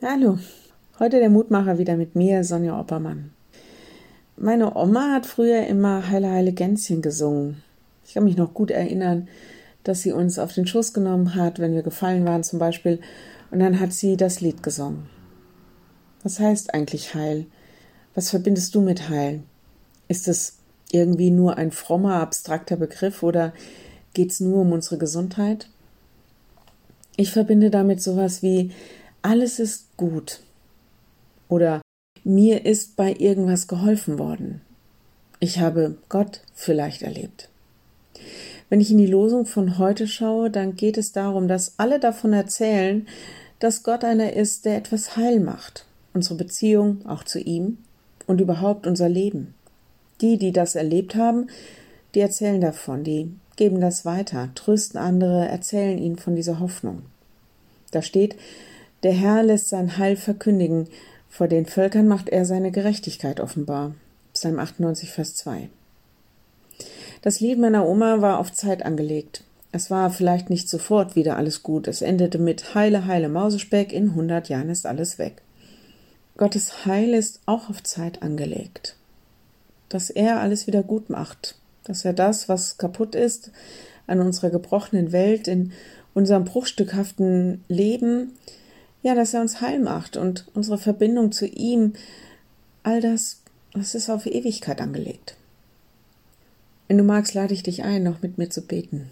Hallo, heute der Mutmacher wieder mit mir, Sonja Oppermann. Meine Oma hat früher immer Heile, Heile Gänschen gesungen. Ich kann mich noch gut erinnern, dass sie uns auf den Schoß genommen hat, wenn wir gefallen waren zum Beispiel, und dann hat sie das Lied gesungen. Was heißt eigentlich Heil? Was verbindest du mit Heil? Ist es irgendwie nur ein frommer, abstrakter Begriff oder geht es nur um unsere Gesundheit? Ich verbinde damit sowas wie alles ist gut oder mir ist bei irgendwas geholfen worden. Ich habe Gott vielleicht erlebt. Wenn ich in die Losung von heute schaue, dann geht es darum, dass alle davon erzählen, dass Gott einer ist, der etwas heil macht. Unsere Beziehung auch zu ihm und überhaupt unser Leben. Die das erlebt haben, die erzählen davon, die geben das weiter, trösten andere, erzählen ihnen von dieser Hoffnung. Da steht, der Herr lässt sein Heil verkündigen, vor den Völkern macht er seine Gerechtigkeit offenbar. Psalm 98, Vers 2. Das Lied meiner Oma war auf Zeit angelegt. Es war vielleicht nicht sofort wieder alles gut. Es endete mit Heile, Heile, Mausespeck, in 100 Jahren ist alles weg. Gottes Heil ist auch auf Zeit angelegt. Dass er alles wieder gut macht. Dass er das, was kaputt ist, an unserer gebrochenen Welt, in unserem bruchstückhaften Leben, ja, dass er uns heil macht und unsere Verbindung zu ihm, all das ist auf Ewigkeit angelegt. Wenn du magst, lade ich dich ein, noch mit mir zu beten.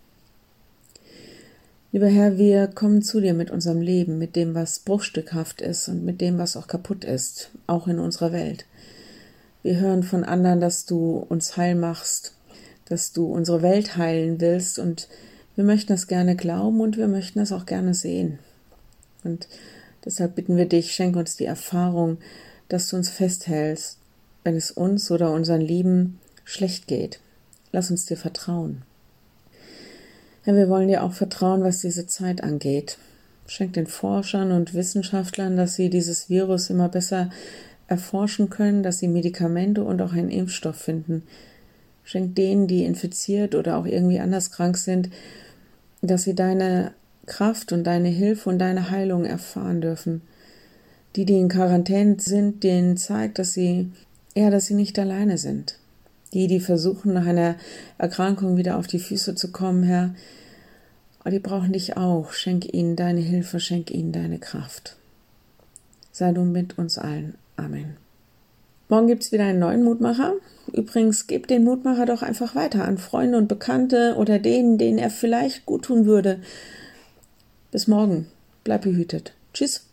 Lieber Herr, wir kommen zu dir mit unserem Leben, mit dem, was bruchstückhaft ist und mit dem, was auch kaputt ist, auch in unserer Welt. Wir hören von anderen, dass du uns heil machst, dass du unsere Welt heilen willst und wir möchten das gerne glauben und wir möchten das auch gerne sehen. Und deshalb bitten wir dich, schenk uns die Erfahrung, dass du uns festhältst, wenn es uns oder unseren Lieben schlecht geht. Lass uns dir vertrauen. Ja, wir wollen dir auch vertrauen, was diese Zeit angeht. Schenk den Forschern und Wissenschaftlern, dass sie dieses Virus immer besser erforschen können, dass sie Medikamente und auch einen Impfstoff finden. Schenk denen, die infiziert oder auch irgendwie anders krank sind, dass sie deine Kraft und deine Hilfe und deine Heilung erfahren dürfen. Die in Quarantäne sind, denen zeigt, dass sie nicht alleine sind. Die versuchen, nach einer Erkrankung wieder auf die Füße zu kommen, Herr, die brauchen dich auch. Schenk ihnen deine Hilfe, schenk ihnen deine Kraft. Sei du mit uns allen. Amen. Morgen gibt es wieder einen neuen Mutmacher. Übrigens, gebt den Mutmacher doch einfach weiter an Freunde und Bekannte oder denen er vielleicht gut tun würde. Bis morgen. Bleib behütet. Tschüss.